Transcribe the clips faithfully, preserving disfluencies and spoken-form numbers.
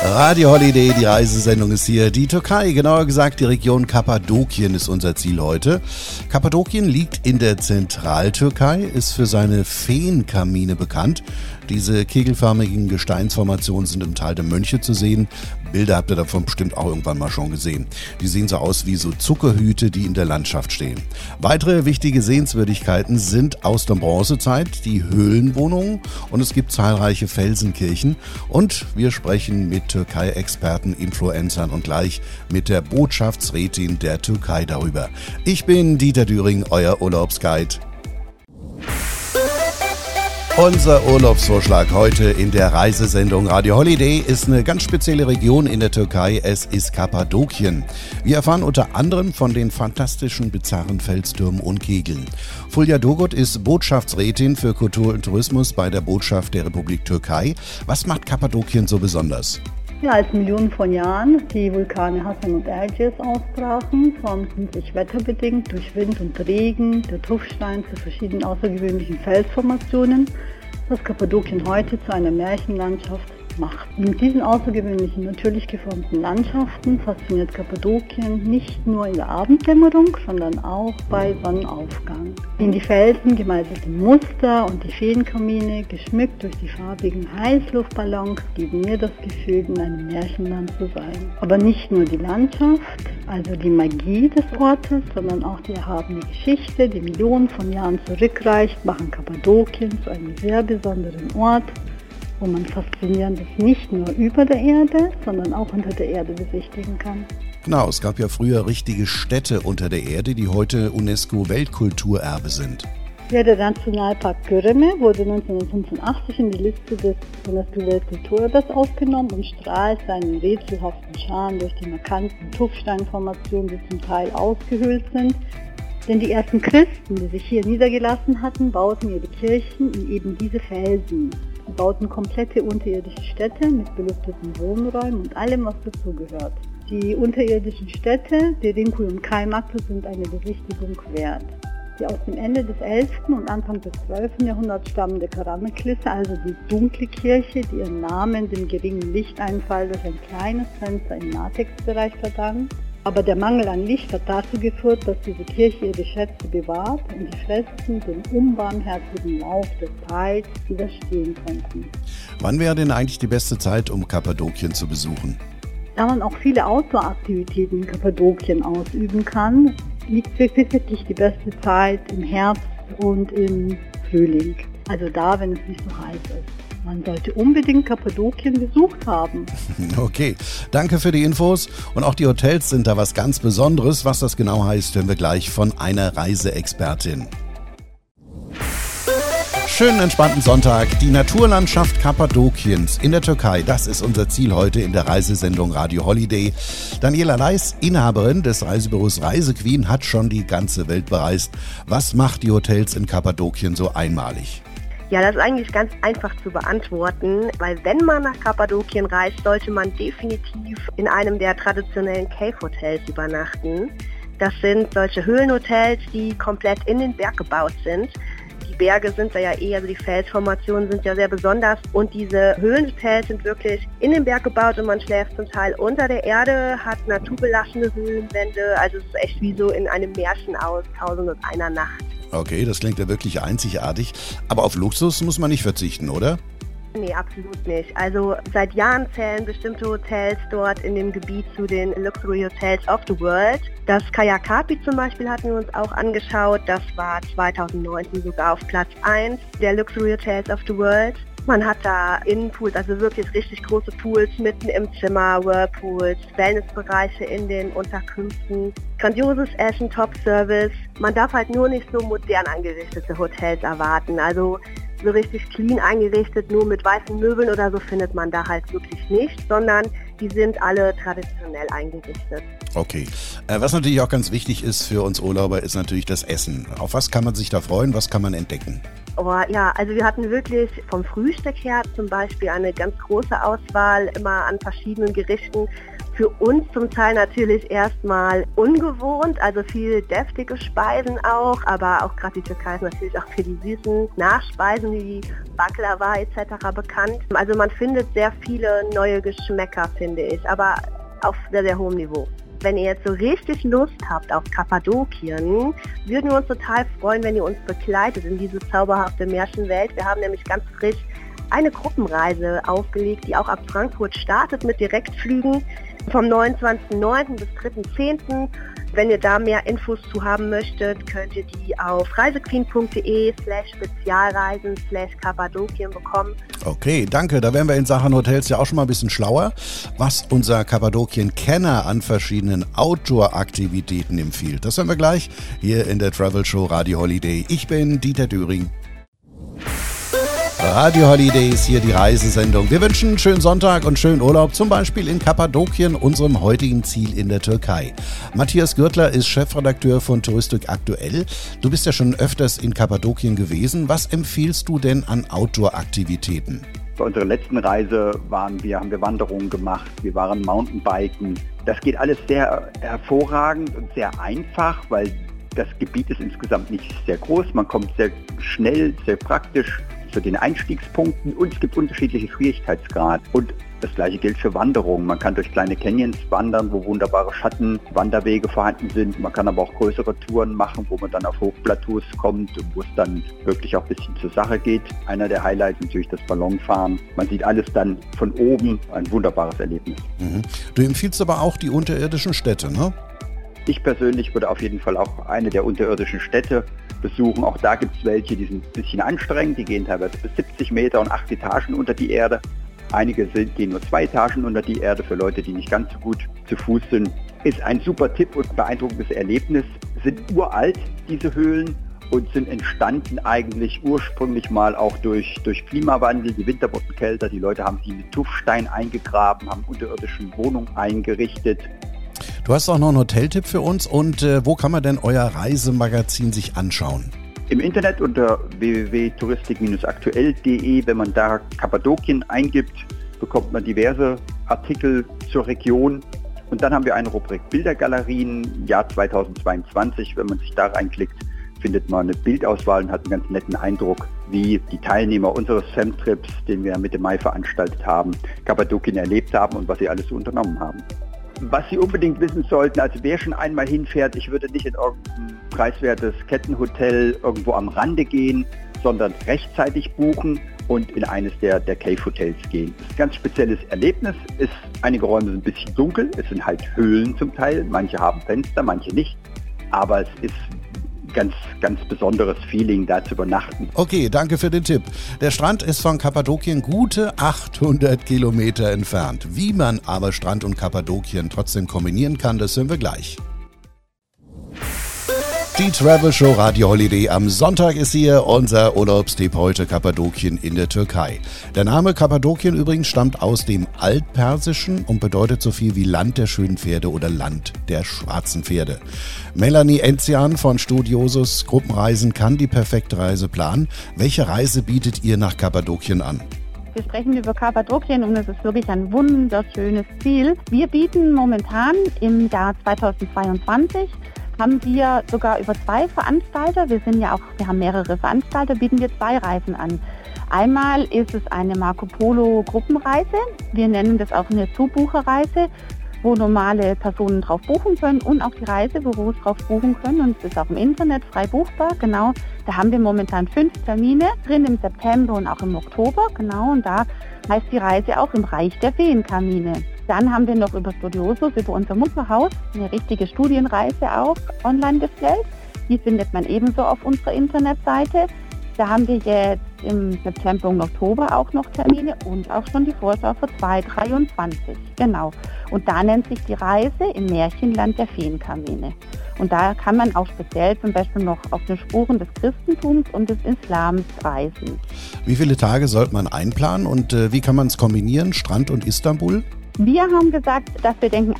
Radio Holiday, die Reisesendung ist hier. Die Türkei, genauer gesagt die Region Kappadokien ist unser Ziel heute. Kappadokien liegt in der Zentraltürkei, ist für seine Feenkamine bekannt. Diese kegelförmigen Gesteinsformationen sind im Tal der Mönche zu sehen. Bilder habt ihr davon bestimmt auch irgendwann mal schon gesehen. Die sehen so aus wie so Zuckerhüte, die in der Landschaft stehen. Weitere wichtige Sehenswürdigkeiten sind aus der Bronzezeit die Höhlenwohnungen und es gibt zahlreiche Felsenkirchen. Und wir sprechen mit Türkei-Experten, Influencern und gleich mit der Botschaftsrätin der Türkei darüber. Ich bin Dieter Düring, euer Urlaubsguide. Unser Urlaubsvorschlag heute in der Reisesendung Radio Holiday ist eine ganz spezielle Region in der Türkei. Es ist Kappadokien. Wir erfahren unter anderem von den fantastischen, bizarren Felstürmen und Kegeln. Fulya Dogut ist Botschaftsrätin für Kultur und Tourismus bei der Botschaft der Republik Türkei. Was macht Kappadokien so besonders? Ja, als Millionen von Jahren die Vulkane Hasan und Erciyes ausbrachen, formten sich wetterbedingt durch Wind und Regen der Tuffstein zu verschiedenen außergewöhnlichen Felsformationen, das Kappadokien heute zu einer Märchenlandschaft macht. Mit diesen außergewöhnlichen, natürlich geformten Landschaften fasziniert Kappadokien nicht nur in der Abenddämmerung, sondern auch bei Sonnenaufgang. In die Felsen gemeißelte Muster und die Feenkamine, geschmückt durch die farbigen Heißluftballons, geben mir das Gefühl, in einem Märchenland zu sein. Aber nicht nur die Landschaft, also die Magie des Ortes, sondern auch die erhabene Geschichte, die Millionen von Jahren zurückreicht, machen Kappadokien zu einem sehr besonderen Ort, wo man Faszinierendes nicht nur über der Erde, sondern auch unter der Erde besichtigen kann. Genau, es gab ja früher richtige Städte unter der Erde, die heute UNESCO-Weltkulturerbe sind. Ja, der Nationalpark Göreme wurde neunzehnhundertfünfundachtzig in die Liste des UNESCO-Weltkulturerbes aufgenommen und strahlt seinen rätselhaften Charme durch die markanten Tuffsteinformationen, die zum Teil ausgehöhlt sind. Denn die ersten Christen, die sich hier niedergelassen hatten, bauten ihre Kirchen in eben diese Felsen. Sie bauten komplette unterirdische Städte mit belüfteten Wohnräumen und allem, was dazugehört. Die unterirdischen Städte, Derinkuy und Kaymaklı, sind eine Besichtigung wert. Die aus dem Ende des elften und Anfang des zwölften Jahrhunderts stammende Karanlıkilise, also die dunkle Kirche, die ihren Namen dem geringen Lichteinfall durch ein kleines Fenster im Narthex-Bereich verdankt. Aber der Mangel an Licht hat dazu geführt, dass diese Kirche ihre Schätze bewahrt und die Festen dem unbarmherzigen Lauf des Tals widerstehen konnten. Wann wäre denn eigentlich die beste Zeit, um Kappadokien zu besuchen? Da man auch viele Outdoor-Aktivitäten in Kappadokien ausüben kann, liegt wirklich, wirklich die beste Zeit im Herbst und im Frühling. Also da, wenn es nicht so heiß ist. Man sollte unbedingt Kappadokien besucht haben. Okay, danke für die Infos. Und auch die Hotels sind da was ganz Besonderes. Was das genau heißt, hören wir gleich von einer Reiseexpertin. Schönen entspannten Sonntag. Die Naturlandschaft Kappadokiens in der Türkei, das ist unser Ziel heute in der Reisesendung Radio Holiday. Daniela Leis, Inhaberin des Reisebüros Reisequeen, hat schon die ganze Welt bereist. Was macht die Hotels in Kappadokien so einmalig? Ja, das ist eigentlich ganz einfach zu beantworten, weil wenn man nach Kappadokien reist, sollte man definitiv in einem der traditionellen Cave-Hotels übernachten. Das sind solche Höhlenhotels, die komplett in den Berg gebaut sind. Die Berge sind da ja eh, also die Felsformationen sind ja sehr besonders und diese Höhlenhotels sind wirklich in den Berg gebaut und man schläft zum Teil unter der Erde, hat naturbelassene Höhlenwände, also es ist echt wie so in einem Märchen aus Tausend und einer Nacht. Okay, das klingt ja wirklich einzigartig. Aber auf Luxus muss man nicht verzichten, oder? Nee, absolut nicht. Also seit Jahren zählen bestimmte Hotels dort in dem Gebiet zu den Luxury Hotels of the World. Das Kayakapi zum Beispiel hatten wir uns auch angeschaut. Das war zweitausendneunzehn sogar auf Platz eins der Luxury Hotels of the World. Man hat da Innenpools, also wirklich richtig große Pools mitten im Zimmer, Whirlpools, Wellnessbereiche in den Unterkünften, grandioses Essen, Top-Service. Man darf halt nur nicht so modern eingerichtete Hotels erwarten, also so richtig clean eingerichtet, nur mit weißen Möbeln oder so findet man da halt wirklich nicht, sondern die sind alle traditionell eingerichtet. Okay. Äh, was natürlich auch ganz wichtig ist für uns Urlauber, ist natürlich das Essen. Auf was kann man sich da freuen? Was kann man entdecken? Oh, ja, also wir hatten wirklich vom Frühstück her zum Beispiel eine ganz große Auswahl immer an verschiedenen Gerichten. Für für uns zum Teil natürlich erstmal ungewohnt, also viel deftige Speisen auch, aber auch gerade die Türkei ist natürlich auch für die süßen Nachspeisen wie Baklava et cetera bekannt. Also man findet sehr viele neue Geschmäcker, finde ich, aber auf sehr, sehr hohem Niveau. Wenn ihr jetzt so richtig Lust habt auf Kappadokien, würden wir uns total freuen, wenn ihr uns begleitet in diese zauberhafte Märchenwelt. Wir haben nämlich ganz frisch eine Gruppenreise aufgelegt, die auch ab Frankfurt startet mit Direktflügen vom neunundzwanzigsten neunten bis dritten zehnten Wenn ihr da mehr Infos zu haben möchtet, könnt ihr die auf reisequeen.de slash Spezialreisen slash Kappadokien bekommen. Okay, danke. Da wären wir in Sachen Hotels ja auch schon mal ein bisschen schlauer. Was unser Kappadokien-Kenner an verschiedenen Outdoor-Aktivitäten empfiehlt, das hören wir gleich hier in der Travel Show Radio Holiday. Ich bin Dieter Döring. Radio Holiday ist hier die Reisesendung. Wir wünschen einen schönen Sonntag und schönen Urlaub, zum Beispiel in Kappadokien, unserem heutigen Ziel in der Türkei. Matthias Gürtler ist Chefredakteur von Touristik Aktuell. Du bist ja schon öfters in Kappadokien gewesen. Was empfiehlst du denn an Outdoor-Aktivitäten? Bei unserer letzten Reise waren wir, haben wir Wanderungen gemacht, wir waren Mountainbiken. Das geht alles sehr hervorragend und sehr einfach, weil das Gebiet ist insgesamt nicht sehr groß. Man kommt sehr schnell, sehr praktisch zu den Einstiegspunkten und es gibt unterschiedliche Schwierigkeitsgrade. Und das gleiche gilt für Wanderungen. Man kann durch kleine Canyons wandern, wo wunderbare Schattenwanderwege vorhanden sind. Man kann aber auch größere Touren machen, wo man dann auf Hochplateaus kommt und wo es dann wirklich auch ein bisschen zur Sache geht. Einer der Highlights ist natürlich das Ballonfahren. Man sieht alles dann von oben, ein wunderbares Erlebnis. Mhm. Du empfiehlst aber auch die unterirdischen Städte, ne? Ich persönlich würde auf jeden Fall auch eine der unterirdischen Städte besuchen. Auch da gibt es welche, die sind ein bisschen anstrengend. Die gehen teilweise bis siebzig Meter und acht Etagen unter die Erde. Einige sind, gehen nur zwei Etagen unter die Erde. Für Leute, die nicht ganz so gut zu Fuß sind, ist ein super Tipp und beeindruckendes Erlebnis. Sind uralt, diese Höhlen, und sind entstanden eigentlich ursprünglich mal auch durch, durch Klimawandel. Die Winter wurden kälter, die Leute haben sie mit Tuffstein eingegraben, haben unterirdische Wohnungen eingerichtet. Du hast auch noch einen Hoteltipp für uns und äh, wo kann man denn euer Reisemagazin sich anschauen? Im Internet unter w w w punkt touristik Bindestrich aktuell punkt de, wenn man da Kappadokien eingibt, bekommt man diverse Artikel zur Region. Und dann haben wir eine Rubrik Bildergalerien, Jahr zweitausendzweiundzwanzig. Wenn man sich da reinklickt, findet man eine Bildauswahl und hat einen ganz netten Eindruck, wie die Teilnehmer unseres Femtrips, den wir Mitte Mai veranstaltet haben, Kappadokien erlebt haben und was sie alles so unternommen haben. Was Sie unbedingt wissen sollten, also wer schon einmal hinfährt, ich würde nicht in irgendein preiswertes Kettenhotel irgendwo am Rande gehen, sondern rechtzeitig buchen und in eines der, der Cave-Hotels gehen. Das ist ein ganz spezielles Erlebnis. Ist, einige Räume sind ein bisschen dunkel, es sind halt Höhlen zum Teil, manche haben Fenster, manche nicht, aber es ist ganz, ganz besonderes Feeling, da zu übernachten. Okay, danke für den Tipp. Der Strand ist von Kappadokien gute achthundert Kilometer entfernt. Wie man aber Strand und Kappadokien trotzdem kombinieren kann, das hören wir gleich. Die Travel Show Radio Holiday am Sonntag ist hier unser Urlaubstipp heute Kappadokien in der Türkei. Der Name Kappadokien übrigens stammt aus dem Altpersischen und bedeutet so viel wie Land der schönen Pferde oder Land der schwarzen Pferde. Melanie Enzian von Studiosus Gruppenreisen kann die perfekte Reise planen. Welche Reise bietet ihr nach Kappadokien an? Wir sprechen über Kappadokien und es ist wirklich ein wunderschönes Ziel. Wir bieten momentan im Jahr zweitausendzweiundzwanzig haben wir sogar über zwei Veranstalter, wir sind ja auch, wir haben mehrere Veranstalter, bieten wir zwei Reisen an. Einmal ist es eine Marco Polo Gruppenreise, wir nennen das auch eine Zubucherreise, wo normale Personen drauf buchen können und auch die Reisebüros drauf buchen können und es ist auch im Internet frei buchbar, genau. Da haben wir momentan fünf Termine drin im September und auch im Oktober, genau, und da heißt die Reise auch im Reich der Feenkamine. Dann haben wir noch über Studiosus, über unser Mutterhaus, eine richtige Studienreise auch online gestellt. Die findet man ebenso auf unserer Internetseite. Da haben wir jetzt im September und Oktober auch noch Termine und auch schon die Vorschau für zweitausenddreiundzwanzig. Genau. Und da nennt sich die Reise im Märchenland der Feenkamine. Und da kann man auch speziell zum Beispiel noch auf den Spuren des Christentums und des Islams reisen. Wie viele Tage sollte man einplanen und äh, wie kann man es kombinieren, Strand und Istanbul? Wir haben gesagt, dass wir denken, acht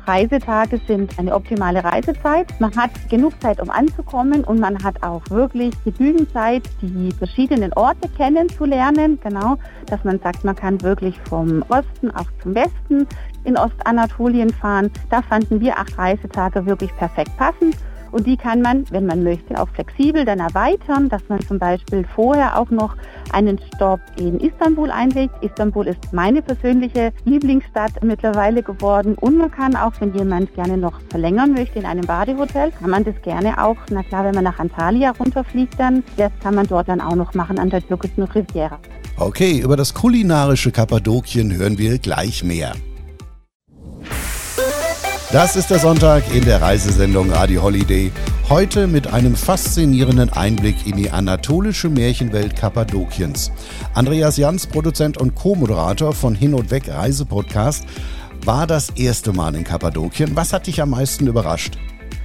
Reisetage sind eine optimale Reisezeit. Man hat genug Zeit, um anzukommen und man hat auch wirklich genügend Zeit, die verschiedenen Orte kennenzulernen. Genau, dass man sagt, man kann wirklich vom Osten auch zum Westen in Ostanatolien fahren. Da fanden wir acht Reisetage wirklich perfekt passend. Und die kann man, wenn man möchte, auch flexibel dann erweitern, dass man zum Beispiel vorher auch noch einen Stopp in Istanbul einlegt. Istanbul ist meine persönliche Lieblingsstadt mittlerweile geworden. Und man kann auch, wenn jemand gerne noch verlängern möchte in einem Badehotel, kann man das gerne auch, na klar, wenn man nach Antalya runterfliegt, dann das kann man dort dann auch noch machen an der türkischen Riviera. Okay, über das kulinarische Kappadokien hören wir gleich mehr. Das ist der Sonntag in der Reisesendung Radio Holiday. Heute mit einem faszinierenden Einblick in die anatolische Märchenwelt Kappadokiens. Andreas Jans, Produzent und Co-Moderator von Hin und Weg Reisepodcast, war das erste Mal in Kappadokien. Was hat dich am meisten überrascht?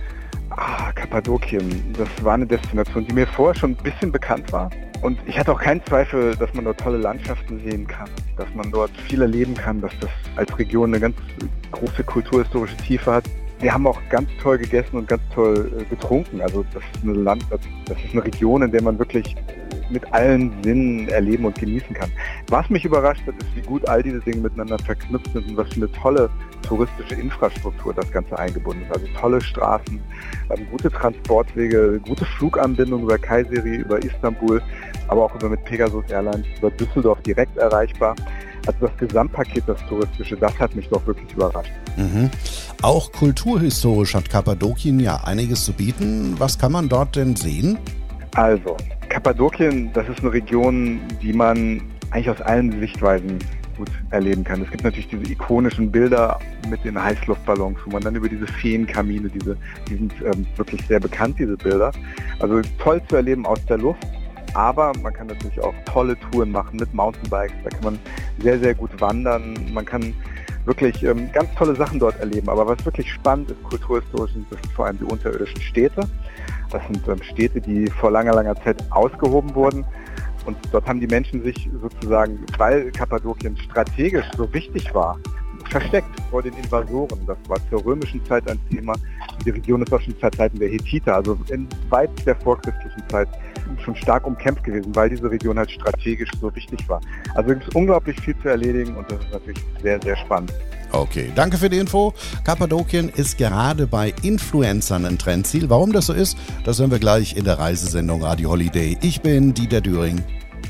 Ah, Kappadokien, das war eine Destination, die mir vorher schon ein bisschen bekannt war. Und ich hatte auch keinen Zweifel, dass man dort tolle Landschaften sehen kann, dass man dort viel erleben kann, dass das als Region eine ganz große kulturhistorische Tiefe hat. Wir haben auch ganz toll gegessen und ganz toll äh, getrunken. Also das ist ein Land, das, das ist eine Region, in der man wirklich mit allen Sinnen erleben und genießen kann. Was mich überrascht hat, ist, wie gut all diese Dinge miteinander verknüpft sind und was für eine tolle touristische Infrastruktur das Ganze eingebunden ist. Also tolle Straßen, ähm, gute Transportwege, gute Fluganbindung über Kayseri, über Istanbul, aber auch über mit Pegasus Airlines über Düsseldorf direkt erreichbar. Also das Gesamtpaket, das Touristische, das hat mich doch wirklich überrascht. Mhm. Auch kulturhistorisch hat Kappadokien ja einiges zu bieten. Was kann man dort denn sehen? Also, Kappadokien, das ist eine Region, die man eigentlich aus allen Sichtweisen gut erleben kann. Es gibt natürlich diese ikonischen Bilder mit den Heißluftballons, wo man dann über diese Feenkamine, diese, die sind ähm, wirklich sehr bekannt, diese Bilder. Also toll zu erleben aus der Luft. Aber man kann natürlich auch tolle Touren machen mit Mountainbikes. Da kann man sehr, sehr gut wandern. Man kann wirklich ähm, ganz tolle Sachen dort erleben. Aber was wirklich spannend ist, kulturhistorisch, sind das vor allem die unterirdischen Städte. Das sind ähm, Städte, die vor langer, langer Zeit ausgehoben wurden. Und dort haben die Menschen sich sozusagen, weil Kappadokien strategisch so wichtig war, versteckt vor den Invasoren. Das war zur römischen Zeit ein Thema. Die Region ist auch schon seit Zeiten der Hethiter, also in weit der vorchristlichen Zeit schon stark umkämpft gewesen, weil diese Region halt strategisch so wichtig war. Also es ist unglaublich viel zu erledigen und das ist natürlich sehr, sehr spannend. Okay, danke für die Info. Kappadokien ist gerade bei Influencern ein Trendziel. Warum das so ist, das hören wir gleich in der Reisesendung Radio Holiday. Ich bin Dieter Düring.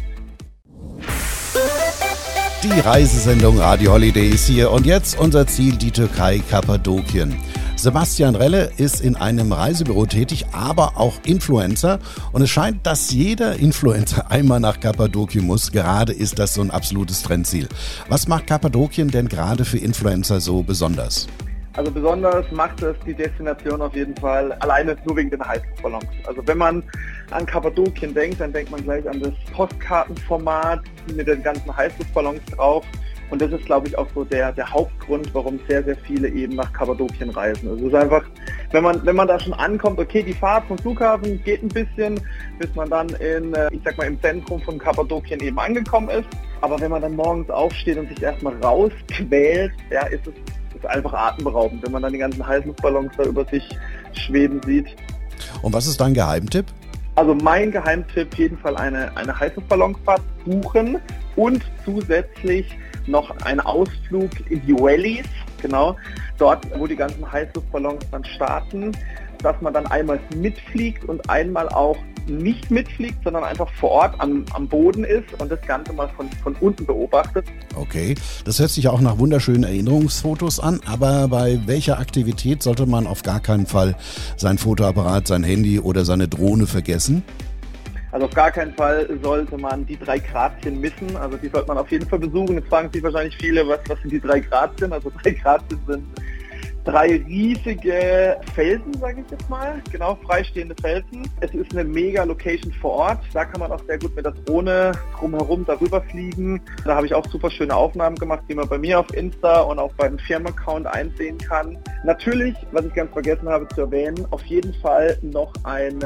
Die Reisesendung Radio Holiday ist hier und jetzt unser Ziel, die Türkei, Kappadokien. Sebastian Relle ist in einem Reisebüro tätig, aber auch Influencer. Und es scheint, dass jeder Influencer einmal nach Kappadokien muss. Gerade ist das so ein absolutes Trendziel. Was macht Kappadokien denn gerade für Influencer so besonders? Also besonders macht es die Destination auf jeden Fall alleine nur wegen den Heißluftballons. Also wenn man an Kappadokien denkt, dann denkt man gleich an das Postkartenformat mit den ganzen Heißluftballons drauf. Und das ist, glaube ich, auch so der, der Hauptgrund, warum sehr, sehr viele eben nach Kappadokien reisen. Also es ist einfach, wenn man, wenn man da schon ankommt, okay, die Fahrt vom Flughafen geht ein bisschen, bis man dann in, ich sag mal, im Zentrum von Kappadokien eben angekommen ist. Aber wenn man dann morgens aufsteht und sich erstmal rausquält, ja, ist es ist einfach atemberaubend, wenn man dann die ganzen Heißluftballons da über sich schweben sieht. Und was ist dein Geheimtipp? Also mein Geheimtipp, jeden Fall eine, eine Heißluftballonfahrt buchen und zusätzlich noch einen Ausflug in die Valleys, genau, dort, wo die ganzen Heißluftballons dann starten, dass man dann einmal mitfliegt und einmal auch nicht mitfliegt, sondern einfach vor Ort am, am Boden ist und das Ganze mal von, von unten beobachtet. Okay, das hört sich auch nach wunderschönen Erinnerungsfotos an, aber bei welcher Aktivität sollte man auf gar keinen Fall sein Fotoapparat, sein Handy oder seine Drohne vergessen? Also auf gar keinen Fall sollte man die drei Grazien missen, also die sollte man auf jeden Fall besuchen. Jetzt fragen sich wahrscheinlich viele, was, was sind die drei Grazien? Also drei Grazien sind drei riesige Felsen, sage ich jetzt mal, genau, freistehende Felsen. Es ist eine mega Location vor Ort, da kann man auch sehr gut mit der Drohne drumherum darüber fliegen. Da habe ich auch super schöne Aufnahmen gemacht, die man bei mir auf Insta und auch beim Firmenaccount einsehen kann. Natürlich, was ich ganz vergessen habe zu erwähnen, auf jeden Fall noch ein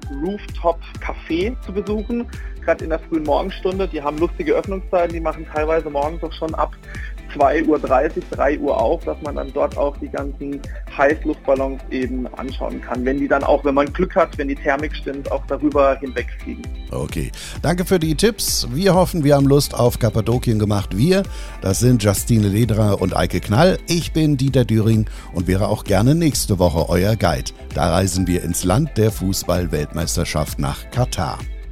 Rooftop-Café zu besuchen, gerade in der frühen Morgenstunde. Die haben lustige Öffnungszeiten, die machen teilweise morgens auch schon ab zwei Uhr dreißig, drei Uhr auf, dass man dann dort auch die ganzen Heißluftballons eben anschauen kann. Wenn die dann auch, wenn man Glück hat, wenn die Thermik stimmt, auch darüber hinwegfliegen. Okay, danke für die Tipps. Wir hoffen, wir haben Lust auf Kappadokien gemacht. Wir, das sind Justine Lederer und Eike Knall. Ich bin Dieter Düring und wäre auch gerne nächste Woche euer Guide. Da reisen wir ins Land der Fußball-Weltmeisterschaft nach Katar.